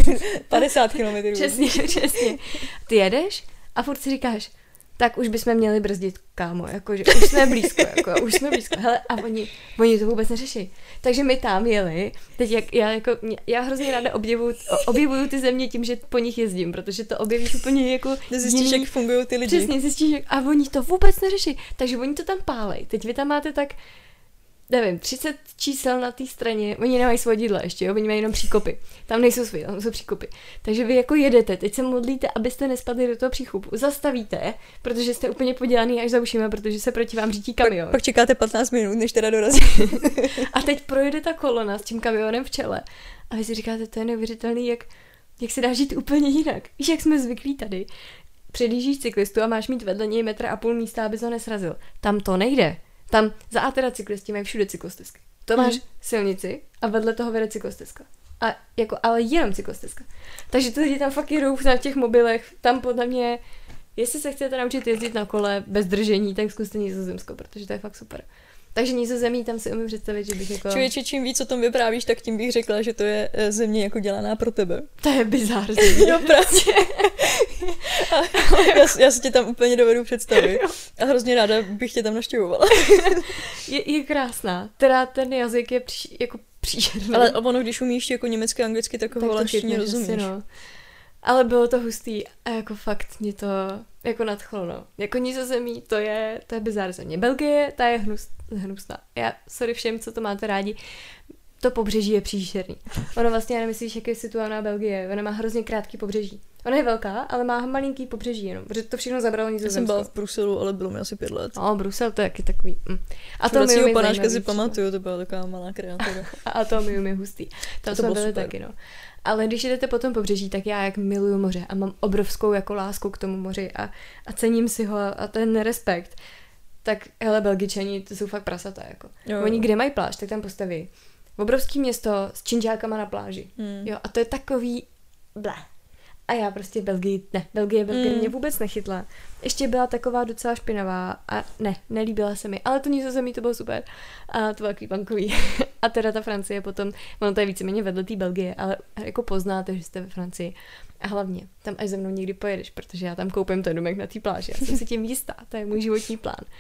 50 kilometrů. Přesně. Ty jedeš a furt si říkáš, tak už bychom měli brzdit, kámo, jakože už jsme blízko, hele, a oni to vůbec neřeší. Takže my tam jeli, teď já hrozně ráda objevuju ty země tím, že po nich jezdím, protože to objevíš úplně jako zjistíš, jak fungují ty lidi. Přesně, zjistíš, a oni to vůbec neřeší, takže oni to tam pálej. Teď vy tam máte tak, nevím, 30 čísel na té straně, oni nemají svodidla ještě, jo? Oni mají jenom příkopy. Tam nejsou svodidla, tam jsou příkopy. Takže vy jako jedete, teď se modlíte, abyste nespadli do toho příkopu. Zastavíte, protože jste úplně podělaný až za ušima, protože se proti vám řítí kamion. Pak čekáte 15 minut, než teda dorazí. A teď projede ta kolona s tím kamionem v čele. A vy si říkáte, to je neuvěřitelný, jak se dá žít úplně jinak. Víš, jak jsme zvyklí tady. Předjíždíš cyklistu a máš mít vedle něj 1,5 metra místa, aby ho nesrazil. Tam to nejde. Tam za A teda cyklisti mají všude cyklostezky. To máš silnici a vedle toho vede cyklostezka. A jako, ale jenom cyklostezka. Takže ty lidi tam fakt jedou na těch mobilech. Tam podle mě, jestli se chcete naučit jezdit na kole bez držení, tak zkuste Nizozemsko, protože to je fakt super. Takže Nizozemí, tam si umím představit, že bych jako... Člověče, čím víc o tom vyprávíš, tak tím bych řekla, že to je země jako dělaná pro tebe. To je bizár země. Jo, prostě. Já si tě tam úplně dovedu představit. A hrozně ráda bych tě tam navštěvovala. Je krásná. Teda ten jazyk je jako příšerný. Ale ono, když umíš jako německy, anglicky, tak ho holandštině rozumíš. No. Ale bylo to hustý a jako fakt mě to jako nadchlo, no. Jako Nizozemí, to je bizár země. Belgie, ta je hnusná. Já, sorry všem, co to máte rádi, to pobřeží je příšerný. Ono vlastně, já nemyslíš, jak je situovaná Belgie. Ona má hrozně krátký pobřeží. Ona je velká, ale má malinký pobřeží jenom, protože to všechno zabralo Nizozemsko. Já jsem byla v Bruselu, ale bylo mi asi 5 let. No, Brusel to je taky takový. A to mi panáčka si pamatuju, to byla taková malá kreatura. A to mi hustý. Tam jsme byli taky, no. Ale když jdete po tom pobřeží, tak já jak miluju moře a mám obrovskou jako lásku k tomu moři a cením si ho a ten respekt, tak hele, Belgičani, to jsou fakt prasata, jako. Jo. Oni kde mají pláž, tak tam postaví obrovský město s činžákama na pláži. Jo, a to je takový blé. A já prostě Belgie mě vůbec nechytla. Ještě byla taková docela špinavá a nelíbila se mi. Ale to Nizozemí, to bylo super. A to bylo takový bankový. A teda ta Francie potom, ono to je víceméně vedle té Belgie, ale jako poznáte, že jste ve Francii. A hlavně, tam až ze mnou někdy pojedeš, protože já tam koupím ten domek na té pláži. Já jsem si tím jistá, to je můj životní plán.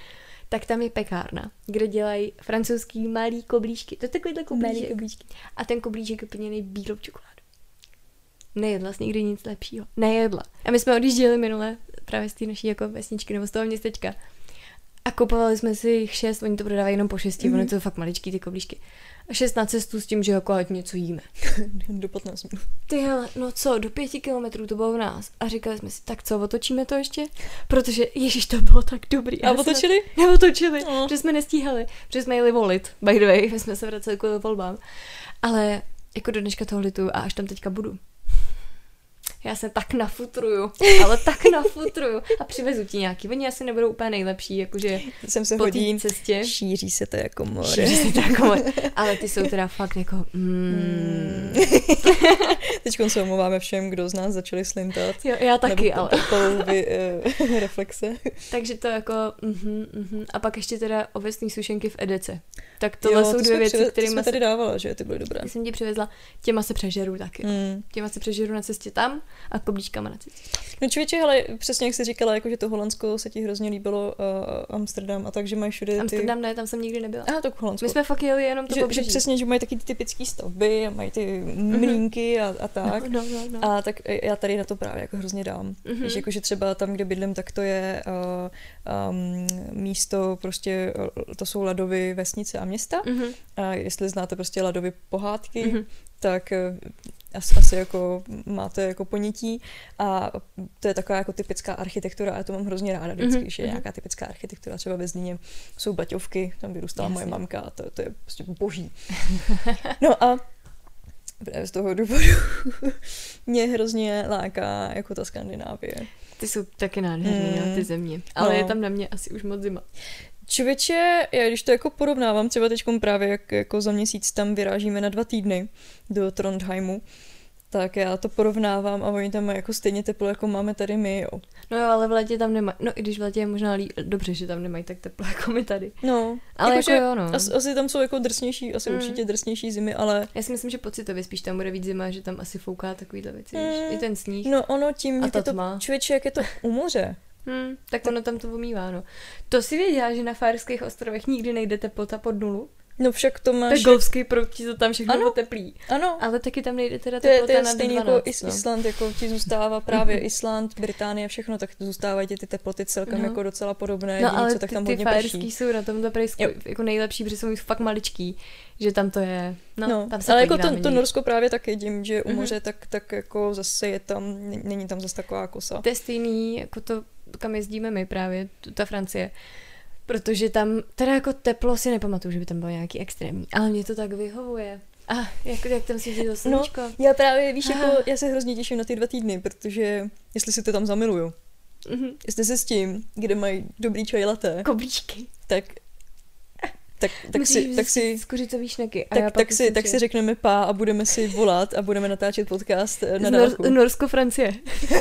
tak tam je pekárna, kde dělají francouzský malý koblížky. To je takovýhle koblížek. A ten koblížek je plněný bílou čokoládou. Nejedla jsi nikdy nic lepšího. Nejedla. A my jsme odjížděli minule právě z té naší jako vesničky nebo z toho městečka. A kupovali jsme si jich 6, oni to prodávají jenom po 6, ono to je fakt maličký ty koblížky. A 6 na cestu s tím, že jako ať něco jíme. Do 15 minut. Ty hele, no co, do 5 kilometrů to bylo v nás. A říkali jsme si, tak co, otočíme to ještě? Protože, ježiš, to bylo tak dobrý. A otočili? Neotočili, protože jsme nestíhali, protože jsme jeli volit, by the way, my jsme se vraceli kvůli volbám. Ale jako do dneška toho lituju a až tam teďka budu. Já se tak nafutruju, ale tak nafutruju a přivezu ti nějaký. Oni asi nebudou úplně nejlepší, jakože jsem se po té hodí, cestě. šíří se to jako moře. Šíří se to jako moře. Ale ty jsou teda fakt jako Teďkon se omlouváme všem, kdo z nás začali slintat. Jo, já taky, ale. Reflexe. Takže to jako A pak ještě teda ovesný sušenky v Edece. Tak tohle jsou dvě věci, kterými jsme tady dávala, že ty byly dobré. Já jsem ti přivezla, těma se přežeru taky. Těma se přežeru na cestě tam a koblíčkama na cestě. No člověče, ale přesně jak jsi říkala, jako, že to Holandsko se ti hrozně líbilo, Amsterdam a tak, že mají všude ty... Amsterdam ne, tam jsem nikdy nebyla. To Holandsko. My jsme fakt jeli jenom to pobřeží. Že přesně, že mají taky ty typické stavby a mají ty mlýnky a tak. No. A tak já tady na to právě jako hrozně dám. Víš, jako, že třeba tam, kde bydlím, tak to je místo prostě, to jsou Ladovy vesnice a města. A jestli znáte prostě Ladovy pohádky, tak asi jako máte jako ponětí a to je taková jako typická architektura a já to mám hrozně ráda vždycky, že je nějaká typická architektura, třeba ve Zlíně jsou baťovky, tam vyrůstala moje mamka a to je prostě boží. No a právě z toho důvodu mě hrozně láká jako ta Skandinávie. Ty jsou taky nádherný, ty země, ale je tam na mě asi už moc zima. Člověče, já když to jako porovnávám, třeba teďkom právě jak jako za měsíc tam vyrážíme na 2 týdny do Trondheimu, tak já to porovnávám a oni tam mají jako stejně teplo, jako máme tady my, jo. No jo, ale v létě tam nemají, no i když v létě je možná dobře, že tam nemají tak teplo, jako my tady. No, ale jako jo, no. Asi tam jsou jako drsnější, určitě drsnější zimy, ale... Já si myslím, že pocitově spíš tam bude víc zima, že tam asi fouká takovýhle věci, víš, i ten sníh. No ono tím, jak je to, člověče, jak je to u moře. Tak ono tam to omývá, no. To si věděla, že na Faerských ostrovech nikdy nejde teplota pod 0? No však to máš... Tak golfský proud ti to tam všechno oteplí. Ano. Ale taky tam nejde teda teplota to nad 12. Jako Island, jako ti zůstává právě Island, Británie, všechno, tak zůstávají ty teploty celkem jako docela podobné. No ale co, tak tam ty hodně Faerský jsou na tomto prejsku jako nejlepší, protože jsou fakt maličký, že tam to je, tam se ale jako to Norsko právě taky tím, že u moře, tak jako zase je tam, není tam zase taková kosa. To je stejný, jako to, kam jezdíme my právě, ta Francie. Protože tam, teda jako teplo si nepamatuju, že by tam bylo nějaký extrémní, ale mě to tak vyhovuje. A jak tam svítí to sluníčko. No, já právě, víš, jako, já se hrozně těším na ty 2 týdny, protože jestli si to tam zamiluju, jestli se s tím, kde mají dobrý čaj latte, koblíčky, tak si skořicový šneky. Tak si řekneme a budeme si volat a budeme natáčet podcast na dálku. Norsko-Francie.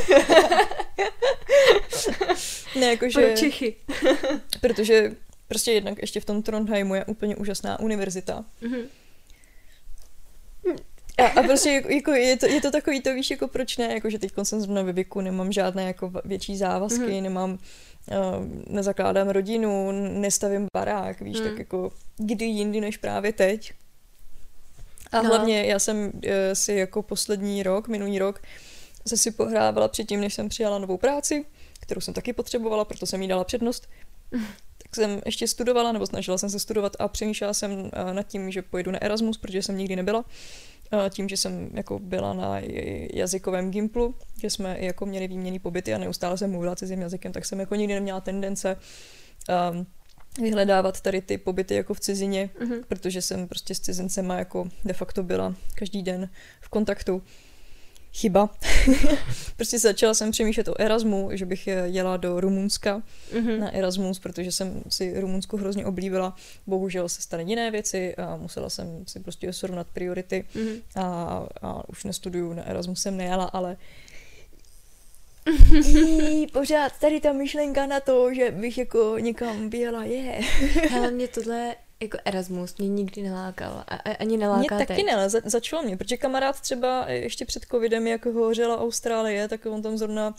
Ne, jakože... Pro Čechy. Protože prostě jednak ještě v tom Trondheimu je úplně úžasná univerzita. A prostě jako je to takový, to víš, jako proč ne, jakože teď jsem zrovna ve věku, nemám žádné jako větší závazky, nezakládám rodinu, nestavím barák, víš, tak jako kdy jindy než právě teď. A hlavně já jsem si jako minulý rok, se si pohrávala předtím, než jsem přijala novou práci, kterou jsem taky potřebovala, proto jsem jí dala přednost. Tak jsem ještě studovala, nebo snažila jsem se studovat a přemýšlela jsem nad tím, že pojedu na Erasmus, protože jsem nikdy nebyla. Tím, že jsem jako byla na jazykovém gimplu, že jsme jako měli výměnný pobyty a neustále jsem mluvila cizím jazykem, tak jsem jako nikdy neměla tendence vyhledávat tady ty pobyty jako v cizině, protože jsem prostě s cizincema jako de facto byla každý den v kontaktu. Chyba. Prostě začala jsem přemýšlet o Erasmu, že bych jela do Rumunska na Erasmus, protože jsem si Rumunsku hrozně oblíbila. Bohužel se staly jiné věci a musela jsem si prostě srovnat priority a už nestuduju na Erasmus, jsem nejela, ale pořád tady ta myšlenka na to, že bych jako někam vyjela, Ale mě tohle jako Erasmus mě nikdy nelákal a ani neláká teď. Mě taky ne, začalo mě, protože kamarád třeba ještě před covidem, jak hořela Austrálie, tak on tam zrovna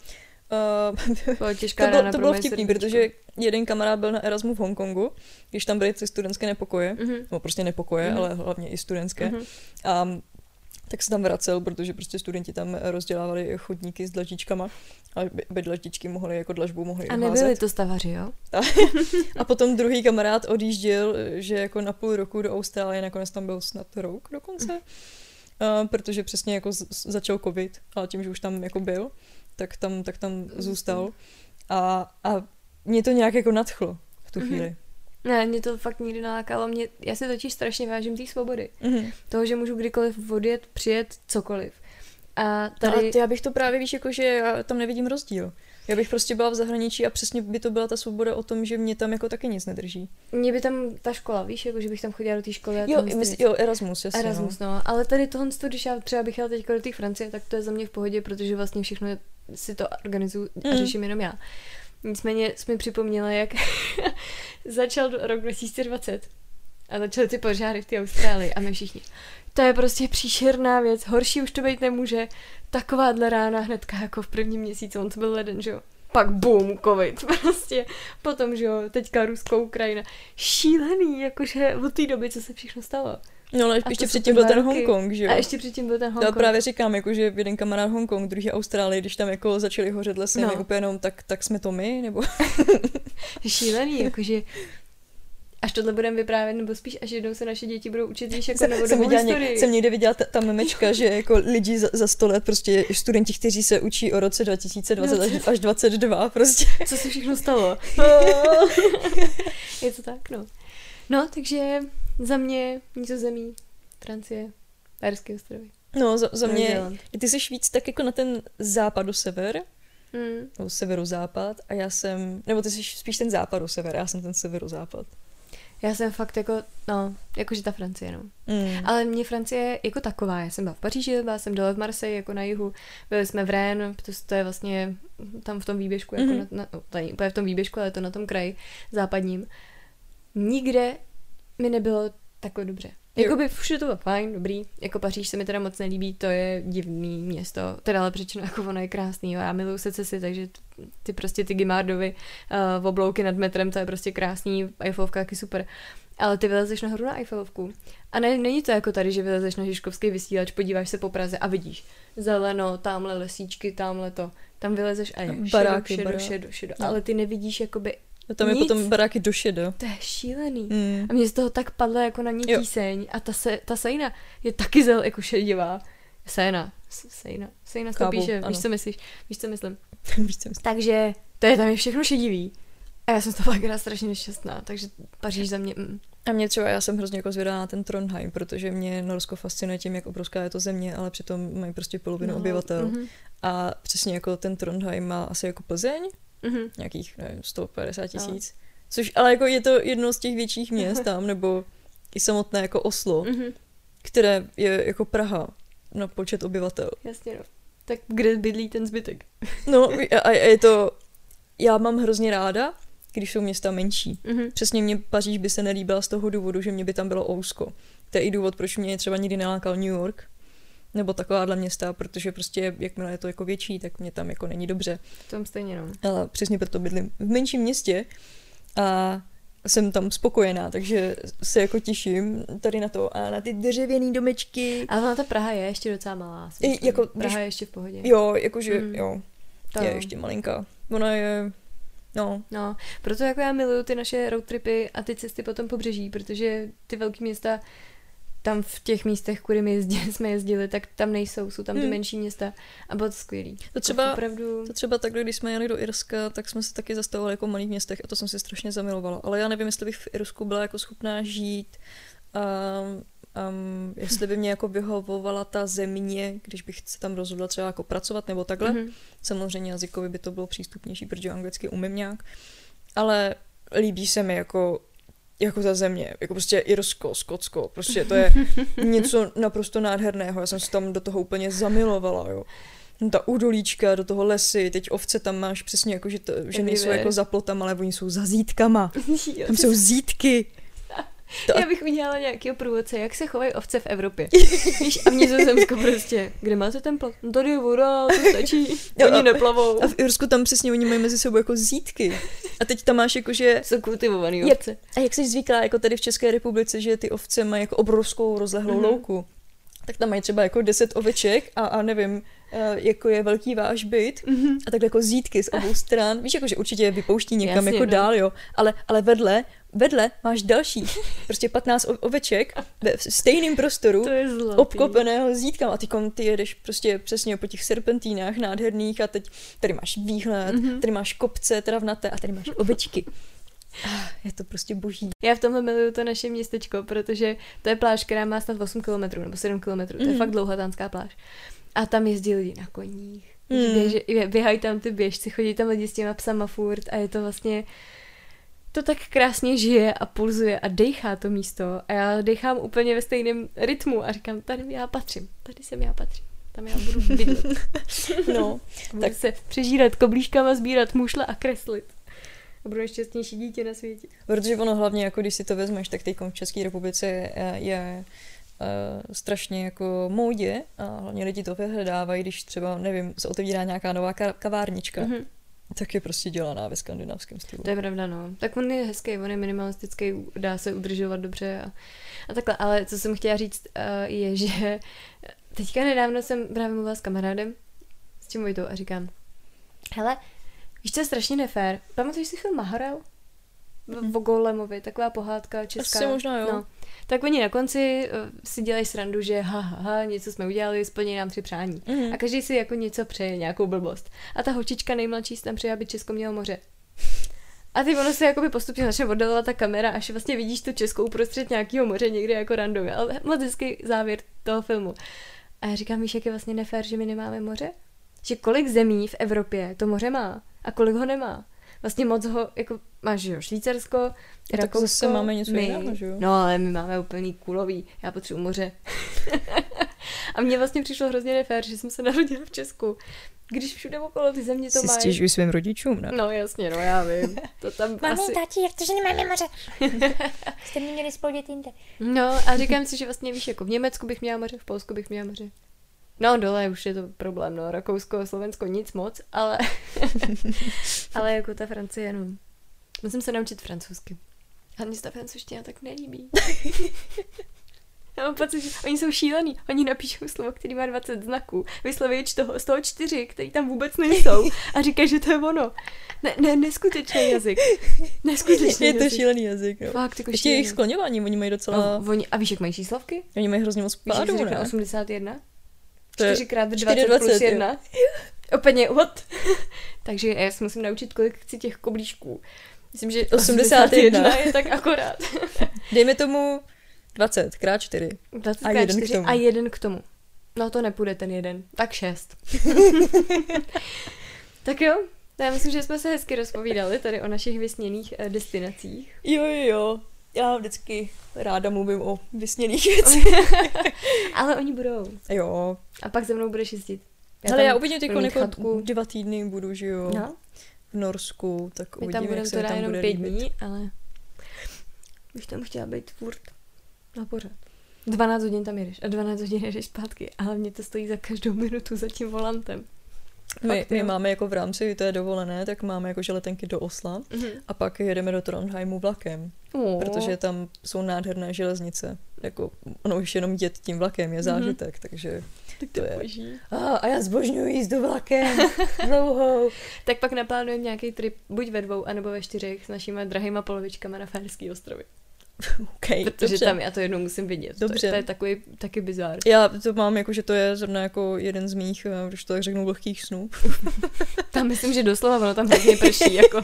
Bylo těžká rána to pro bylo moje vtipný, srdíčko. protože jeden kamarád byl na Erasmu v Hongkongu, když tam byly ty studentské nepokoje, no prostě nepokoje, ale hlavně i studentské. A tak se tam vracel, protože prostě studenti tam rozdělávali chodníky s dlaždičkama a bez dlaždičky dlažbou mohli A házet. nebyli to stavaři, jo? A potom druhý kamarád odjížděl, že jako na půl roku do Austrálie, nakonec tam byl snad rok dokonce, protože přesně jako začal covid, ale tím, že už tam jako byl, tak tam zůstal. A mě to nějak jako nadchlo v tu chvíli. Ne, mě to fakt nikdy nalákalo. Já si totiž strašně vážím té svobody. Toho, že můžu kdykoliv odjet, přijet, cokoliv. A tady... No a já bych to právě, víš, jako že já tam nevidím rozdíl. Já bych prostě byla v zahraničí a přesně by to byla ta svoboda o tom, že mě tam jako taky nic nedrží. Mě by tam ta škola, víš, jako že bych tam chodila do té školy. Jo, Erasmus, jasně. Erasmus, no. Ale tady tohle, když já třeba bych jela teď do té Francie, tak to je za mě v pohodě, protože vlastně všechno si to organizuju a řeším jenom já. Nicméně jsi mi připomněla, jak začal rok 2020 a začaly ty požáry v té Austrálii a my všichni. To je prostě příšerná věc, horší už to být nemůže. Takováhle rána hnedka jako v prvním měsíci, on to byl leden, že jo. Pak boom, covid, prostě. Potom, že jo, teďka Rusko, Ukrajina. Šílený, jakože od té doby, co se všechno stalo. No ale ještě předtím byl ten Hongkong, že jo? A ještě předtím byl ten Hongkong. Já právě říkám, jako, že jeden kamarád Hongkong, druhý Austrálii, když tam jako začali hořet lesy, my úplně jenom, tak jsme to my, nebo... Šílený, jakože... Až tohle budeme vyprávět, nebo spíš až jednou se naše děti budou učit, víš, jako novodobou historii. Jsem někde viděla ta memečka, že jako lidi za 100 let, prostě studenti, kteří se učí o roce 2020 až 22, prostě. Co se všechno stalo? Je to tak, no. No, takže za mě Nizozemí, Francie, Faerské ostrovy. No, za mě, ty jsi víc tak jako na ten západo-sever, nebo severozápad, a já jsem, nebo ty jsi spíš ten západo-sever, já jsem ten severozápad. Já jsem fakt jako, no, jakože ta Francie, no. Ale mě Francie jako taková, já jsem byla v Paříži, byla jsem dole v Marseille, jako na jihu, byli jsme v Rennes, protože to je vlastně tam v tom výběžku, jako to není úplně v tom výběžku, ale je to na tom kraji západním. Nikde mi nebylo takhle dobře. Jakoby všude to bylo fajn, dobrý, jako Paříž se mi teda moc nelíbí, to je divný město, teda ale přičeno jako ono je krásný, jo. Já miluju secesy, takže ty prostě ty Gimardovy oblouky nad metrem, to je prostě krásný, Eiffelovka taky super. Ale ty vylezeš nahoru na Eiffelovku a není to jako tady, že vylezeš na Žižkovský vysílač, podíváš se po Praze a vidíš zeleno, tamhle lesíčky, tamhle to, tam vylezeš a je šedo, ale ty nevidíš jakoby tam je potom baráky do šedo. To je šílený. A mě z toho tak padla jako na ní tíseň a ta Sejna je taky jako šedivá. Sejna to píše, víš co myslíš? Víš co myslím? Takže to je tam je všechno šedivý. A já jsem to fakt strašně nešťastná, takže Paříž za mě. A mě třeba, já jsem hrozně jako zvědavá na ten Trondheim, protože mě Norsko fascinuje tím, jak obrovská je to země, ale přitom mají prostě polovinu obyvatel. A přesně jako ten Trondheim má asi jako Plzeň, nějakých, nevím, 150 000. Což, ale jako je to jedno z těch větších měst tam, nebo i samotné jako Oslo, které je jako Praha na počet obyvatel. Jasně, no. Tak kde bydlí ten zbytek? No a je to, já mám hrozně ráda, když jsou města menší. Přesně mě Paříž by se nelíbila z toho důvodu, že mě by tam bylo ousko. To je i důvod, proč mě třeba nikdy nelákal New York, nebo takováhle města, protože prostě jakmile je to jako větší, tak mě tam jako není dobře. Tam stejně, no. Ale přesně proto bydlím v menším městě a jsem tam spokojená, takže se jako těším tady na to a na ty dřevěný domečky. Ale ona ta Praha je ještě docela malá. Jako, Praha je ještě v pohodě. Jo, jakože jo, to je ještě malinká. Ona je, no, proto jako já miluju ty naše roadtripy a ty cesty po tom pobřeží, protože ty velké města tam v těch místech, kudy jsme jezdili, tak tam nejsou, jsou tam ty menší města a bylo to skvělý. To třeba takhle, když jsme jeli do Irska, tak jsme se taky zastavovali jako v malých městech a to jsem si strašně zamilovala. Ale já nevím, jestli bych v Irsku byla jako schopná žít, jestli by mě jako vyhovovala ta země, když bych se tam rozhodla třeba jako pracovat nebo takhle. Samozřejmě jazykově by to bylo přístupnější, protože anglicky umím nějak. Ale líbí se mi jako ta země, jako prostě Irsko, Skotsko, prostě to je něco naprosto nádherného, já jsem se tam do toho úplně zamilovala, jo. Ta údolíčka, do toho lesy, teď ovce tam máš přesně jako, že nejsou jako za plotama, ale oni jsou za zítkama, tam jsou zítky. Já bych udělala nějakého průvodce, jak se chovají ovce v Evropě. Víš, a v Nizozemsku prostě, kde máte ten plav? No tady je voda, to stačí, oni neplavou. A v Irsku tam přesně oni mají mezi sebou jako zítky. A teď tam máš jako, že... Jsou kultivovaný ovce. A jak jsi zvyklá jako tady v České republice, že ty ovce mají jako obrovskou rozlehlou louku, tak tam mají třeba jako 10 oveček a nevím, jako je velký váš byt a takhle jako zítky z obou stran. Víš, jako, že určitě je vypouští někam jako dál, jo. Ale vedle máš další, prostě 15 oveček ve stejném prostoru, obklopeného zítkama. A ty jedeš prostě přesně po těch serpentínách nádherných a teď tady máš výhled, tady máš kopce travnaté a tady máš ovečky. Je to prostě boží. Já v tomhle miluju to naše městečko, protože to je pláž, která má snad 8 km nebo 7 km. To je fakt dlouhatánská pláž. A tam jezdí lidi na koních. Běhají tam ty běžci, chodí tam lidi s těma psama furt a je to vlastně... To tak krásně žije a pulzuje a dejchá to místo. A já dejchám úplně ve stejném rytmu a říkám, tady já patřím. Tady sem já patřím. Tam já budu bydlet. No. Tak se přežírat koblížkama, sbírat mušle a kreslit. A budu nejšťastnější dítě na světě. Protože ono hlavně, jako když si to vezmeš, tak teď v České republice je strašně jako módě a hlavně lidi to vyhledávají, když třeba, nevím, se otevírá nějaká nová kavárnička, tak je prostě dělaná ve skandinávském stylu. To je pravda, no. Tak on je hezký, on je minimalistický, dá se udržovat dobře a takhle. Ale co jsem chtěla říct, je, že teďka nedávno jsem právě mluvila s kamarádem, s tím Vojtou a říkám, hele, víš, co je strašně nefér? Pamatuješ si film Mahorel? O Golemovi, taková pohádka česká. Asi možná, jo. No. Tak oni na konci si dělají srandu, že něco jsme udělali, splní nám 3 přání. A každý si jako něco přeje, nějakou blbost. A ta holčička nejmladší si tam přeje, aby Česko mělo moře. A ty ono se jakoby postupně začne oddalovat ta kamera, až vlastně vidíš tu Českou uprostřed nějakého moře někde jako randomně. Ale moc hezký závěr toho filmu. A já říkám, víš, jak je vlastně nefér, že my nemáme moře? Že kolik zemí v Evropě to moře má a kolik ho nemá. Vlastně moc ho, jako máš, jo, Švýcarsko, Rakousko, tak zase máme něco jiného, že jo? No, ale my máme úplný kulový, já potřebuji moře. A mně vlastně přišlo hrozně nefér, že jsem se narodila v Česku. Když všude okolo ty země to mají. Stěžuji svým rodičům, ne? No jasně, no já vím. To tam Mami, táti, jak to, že nemáme moře? Jste mě měli spolu děti jinde. No a říkám si, že vlastně víš, jako v Německu bych měla moře, v Polsku bych měla moře. No dole už je to problém, no, Rakousko, Slovensko nic moc, ale ale jako ta Francie, no. Musím se naučit francouzsky. A mně se ta francouzština tak nelíbí. Já mám pocit, že oni jsou šílený. Oni napíšou slovo, který má 20 znaků. Vysloví z toho 4, který tam vůbec nejsou. A říkají, že to je ono. Neskutečný jazyk. Neskutečný je to šílený jazyk, no. Fakt, jako ještě jejich skloňování, oni mají docela... A víš, jak mají číslovky? Oni mají hrozně moc pádů, víš, ne? 81? To je 4x20 plus 1. Úplně what? Takže já si musím naučit, kolik chci těch koblížků. Myslím, že 81 je tak akorát. Dejme tomu 20 krát 4. 20 a 4 a 1 k tomu. No to nepůjde ten jeden. Tak 6. Tak jo, já myslím, že jsme se hezky rozpovídali tady o našich vysněných destinacích. Jo. Já vždycky ráda mluvím o vysněných věcech. Ale oni budou. Jo. A pak se mnou budeš jezdit. Ale já úplně teď jako 2 týdny budu, že jo. No. V Norsku, tak my uvidíme, jak se tam tam jenom bude 5 líbit. dní, ale bych tam chtěla být furt na pořád. 12 hodin tam jedeš a 12 hodin jedeš zpátky, ale mě to stojí za každou minutu za tím volantem. My máme jako v rámci té dovolené, tak máme jako že letenky do Osla a pak jedeme do Trondheimu vlakem, protože tam jsou nádherné železnice. Jako, ono už jenom jet tím vlakem je zážitek, takže tak to je. A já zbožňuji jízdu vlakem dlouhou. Tak pak naplánujeme nějaký trip buď ve 2, anebo ve 4 s našimi drahýma polovičkama na Faerský ostrovy. Okay, protože dobře. tam já to jednou musím vidět. Dobře. To je takový taky bizár. Já to mám jako, že to je zrovna jako jeden z mých, když to tak řeknu, vlhkých snů. Tam myslím, že doslova ono tam hodně prší. Jako.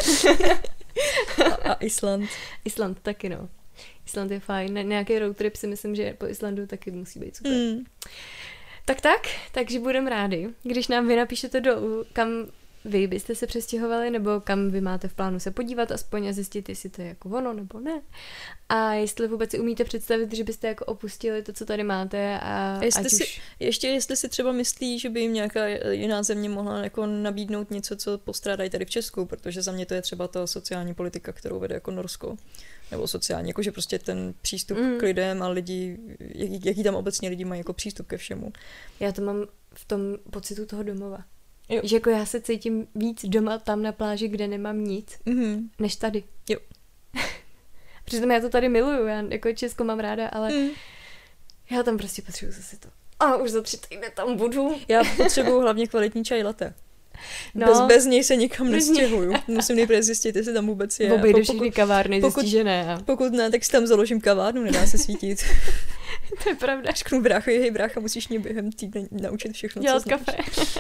a Island. Island taky, no. Island je fajn. Nějaký road trip si myslím, že po Islandu taky musí být super. Takže budeme rádi, když nám vy napíšete dolů, kam vy byste se přestěhovali, nebo kam vy máte v plánu se podívat aspoň a zjistit, jestli to je jako ono, nebo ne. A jestli vůbec si umíte představit, že byste jako opustili to, co tady máte a jestli si třeba myslí, že by jim nějaká jiná země mohla jako nabídnout něco, co postrádají tady v Česku, protože za mě to je třeba ta sociální politika, kterou vede jako Norsko. nebo sociální, jakože prostě ten přístup k lidem a lidi, jaký tam obecně lidi mají jako přístup ke všemu. Já to mám v tom pocitu toho domova. Jo. Že jako já se cítím víc doma tam na pláži, kde nemám nic, než tady. Jo. Přitom já to tady miluju, já jako Česko mám ráda, ale já tam prostě potřebuji zase to. A už za 3 týdny tam budu. Já potřebuju hlavně kvalitní čaj latte. No. Bez něj se nikam nestěhuju. Musím nejprve zjistit, jestli tam vůbec je. Obejdu všechny kavárny, zjistí, že ne. Pokud ne, tak si tam založím kavárnu, nedá se svítit. To je pravda. Řeknu bráchovi, hej brácha, musíš mě během týdne naučit všechno, dělat co kafe.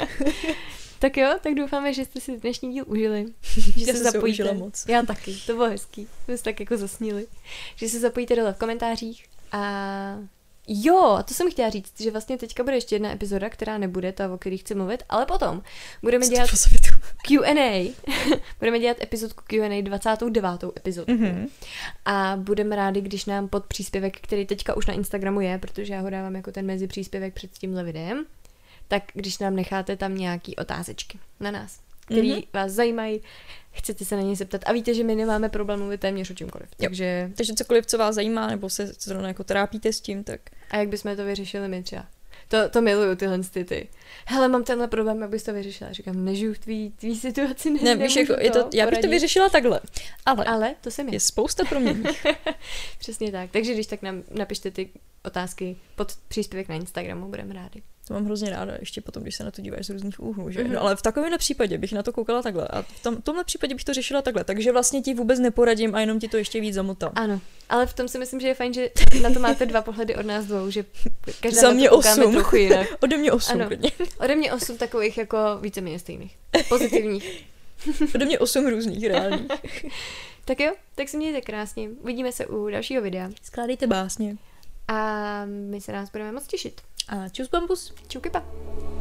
Tak jo, tak doufáme, že jste si dnešní díl užili. Že Já se jsem si ho zapojíte. užila moc. Já taky, to bylo hezký. My jsme tak jako zasnili. Že se zapojíte dole v komentářích a jo, a to jsem chtěla říct, že vlastně teďka bude ještě jedna epizoda, která nebude ta, o které chci mluvit, ale potom budeme dělat Q&A. Budeme dělat epizodku Q&A 29. epizodku. A budeme rádi, když nám pod příspěvek, který teďka už na Instagramu je, protože já ho dávám jako ten mezi příspěvek před tímhle videem, tak když nám necháte tam nějaký otázečky na nás, který vás zajímají, chcete se na ně zeptat a víte, že my nemáme problém mluvit téměř o čemkoliv. Takže cokoliv, co vás zajímá, nebo se zrovna jako trápíte s tím, tak... A jak bychom to vyřešili my třeba? To miluju, tyhle ty. Hele, mám tenhle problém, jak bys to vyřešila? Říkám, nežiju v tvý situaci, ne, víš, jako, já bych to vyřešila takhle. Ale to jsem já. Je spousta proměnných. Přesně tak. Takže když tak nám napište ty otázky pod příspěvek na Instagramu, budeme rádi. To mám hrozně ráda, ještě potom, když se na to díváš z různých úhlů, že? No, ale v takovémhle případě bych na to koukala takhle a v tomhle případě bych to řešila takhle, takže vlastně ti vůbec neporadím a jenom ti to ještě víc zamotám. Ano, ale v tom si myslím, že je fajn, že na to máte 2 pohledy od nás dvou, že každá za na mě to koukáme 8. trochu jinak. Ode mě 8. Ano. Ode mě 8 takových jako víceméně stejných, pozitivních. Ode mě 8 různých, reálných. Tak jo, tak se mějte krásně. Uvidíme se u dalšího videa. Skládejte básně. A my se nás budeme moc těšit. A čus bambus. Čuky pa.